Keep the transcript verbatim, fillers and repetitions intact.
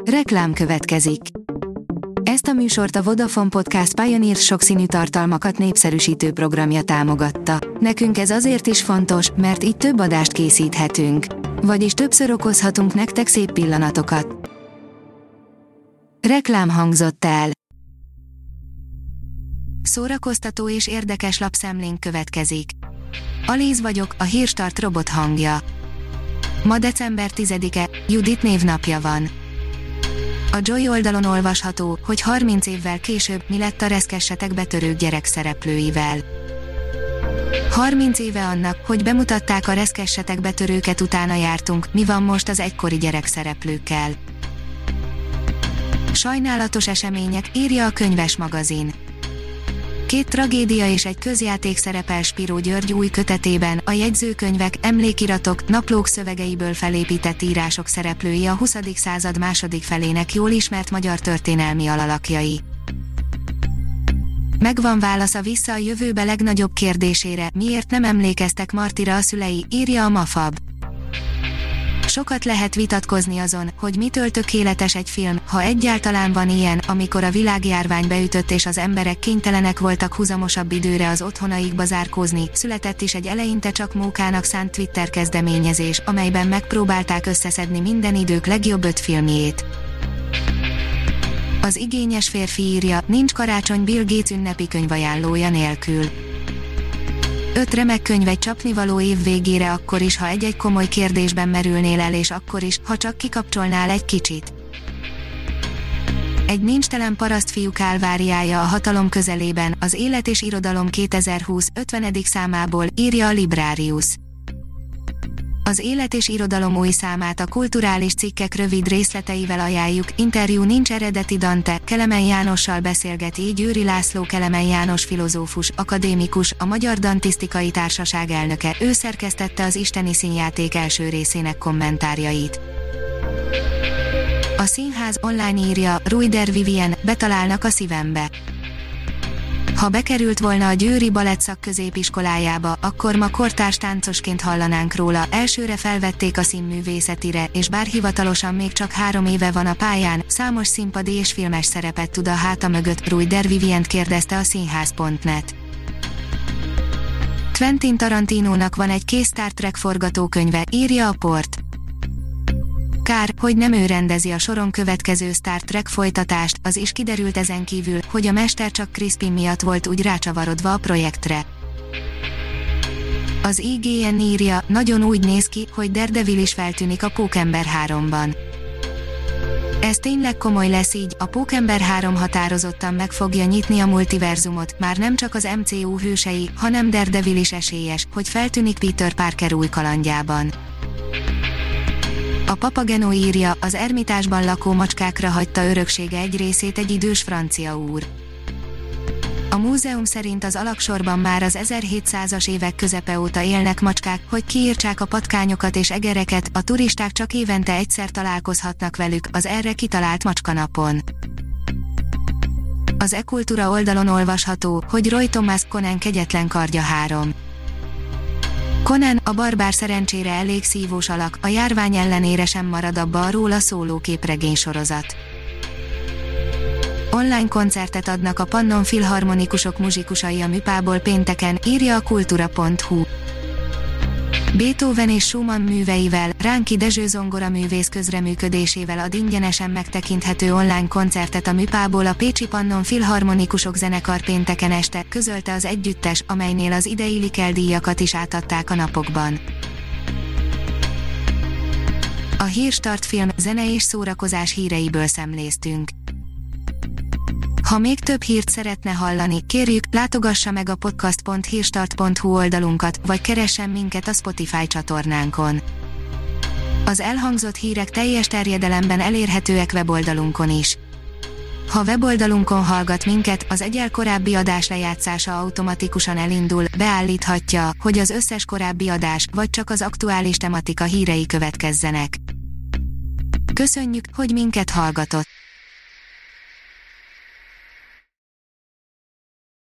Reklám következik. Ezt a műsort a Vodafone Podcast Pioneer sokszínű tartalmakat népszerűsítő programja támogatta. Nekünk ez azért is fontos, mert így több adást készíthetünk. Vagyis többször okozhatunk nektek szép pillanatokat. Reklám hangzott el. Szórakoztató és érdekes lapszemlénk következik. Alíz vagyok, a Hírstart robot hangja. Ma december tizedike, Judit névnapja van. A Joy oldalon olvasható, hogy harminc évvel később mi lett a Reszkessetek betörők gyerekszereplőivel. harminc éve annak, hogy bemutatták a Reszkessetek betörőket, utána jártunk, mi van most az egykori gyerekszereplőkkel. Sajnálatos események, írja a Könyves magazin. Két tragédia és egy közjáték szerepel Spiró György új kötetében, a jegyzőkönyvek, emlékiratok, naplók szövegeiből felépített írások szereplői a huszadik század második felének jól ismert magyar történelmi alalakjai. Megvan válasz a Vissza a jövőbe legnagyobb kérdésére, miért nem emlékeztek Martyra a szülei, írja a Mafab. Sokat lehet vitatkozni azon, hogy mitől tökéletes egy film, ha egyáltalán van ilyen, amikor a világjárvány beütött és az emberek kénytelenek voltak huzamosabb időre az otthonaikba zárkózni. Született is egy eleinte csak mókának szánt Twitter kezdeményezés, amelyben megpróbálták összeszedni minden idők legjobb öt filmjét. Az igényes férfi írja, nincs karácsony Bill Gates ünnepi könyvajánlója nélkül. Öt remek könyv egy csapnivaló év végére, akkor is, ha egy-egy komoly kérdésben merülnél el, és akkor is, ha csak kikapcsolnál egy kicsit. Egy nincstelen parasztfiú kálváriája a hatalom közelében, az Élet és Irodalom kétezer-húsz ötvenedik számából, írja a Librarius. Az Élet és Irodalom új számát a kulturális cikkek rövid részleteivel ajánljuk. Interjú nincs eredeti Dante, Kelemen Jánossal beszélget így Győri László Kelemen János filozófus, akadémikus, a Magyar Dantisztikai Társaság elnöke, ő szerkesztette az Isteni Színjáték első részének kommentárjait. A Színház online írja, Ruider Vivien, betalálnak a szívembe. Ha bekerült volna a Győri Balett Szakközépiskolájába, akkor ma kortárs táncosként hallanánk róla. Elsőre felvették a színművészetire, és bár hivatalosan még csak három éve van a pályán, számos színpadi és filmes szerepet tud a háta mögött. Ruider Vivient kérdezte a színház pont net. Quentin Tarantinónak van egy kész Star Trek forgatókönyve, írja a Port. Kár, hogy nem ő rendezi a soron következő Star Trek folytatást, az is kiderült ezen kívül, hogy a mester csak Chris Pine miatt volt úgy rácsavarodva a projektre. Az I G N írja, nagyon úgy néz ki, hogy Daredevil is feltűnik a Pókember háromban. Ez tényleg komoly lesz, így, a Pókember három határozottan meg fogja nyitni a multiverzumot, már nem csak az M C U hősei, hanem Daredevil is esélyes, hogy feltűnik Peter Parker új kalandjában. A Papageno írja, az ermitásban lakó macskákra hagyta öröksége egy részét egy idős francia úr. A múzeum szerint az alagsorban már az ezerhétszázas évek közepe óta élnek macskák, hogy kiírtsák a patkányokat és egereket, a turisták csak évente egyszer találkozhatnak velük, az erre kitalált macskanapon. Az e-kultúra oldalon olvasható, hogy Roy Thomas Conan kegyetlen kardja három. Conan, a barbár szerencsére elég szívós alak, a járvány ellenére sem marad abba a róla szóló képregény sorozat. Online koncertet adnak a Pannon Filharmonikusok muzsikusai a Műpából pénteken, írja a kultura pont hu. Beethoven és Schumann műveivel, Ránki Dezső zongoraművész közreműködésével ad ingyenesen megtekinthető online koncertet a Műpából a Pécsi Pannon Filharmonikusok zenekar pénteken este, közölte az együttes, amelynél az idei Likel díjakat is átadták a napokban. A Hírstart film, zene és szórakozás híreiből szemléztünk. Ha még több hírt szeretne hallani, kérjük, látogassa meg a podcast pont hírstart pont hu oldalunkat, vagy keressen minket a Spotify csatornánkon. Az elhangzott hírek teljes terjedelemben elérhetőek weboldalunkon is. Ha weboldalunkon hallgat minket, az egyel korábbi adás lejátszása automatikusan elindul, beállíthatja, hogy az összes korábbi adás, vagy csak az aktuális tematika hírei következzenek. Köszönjük, hogy minket hallgatott!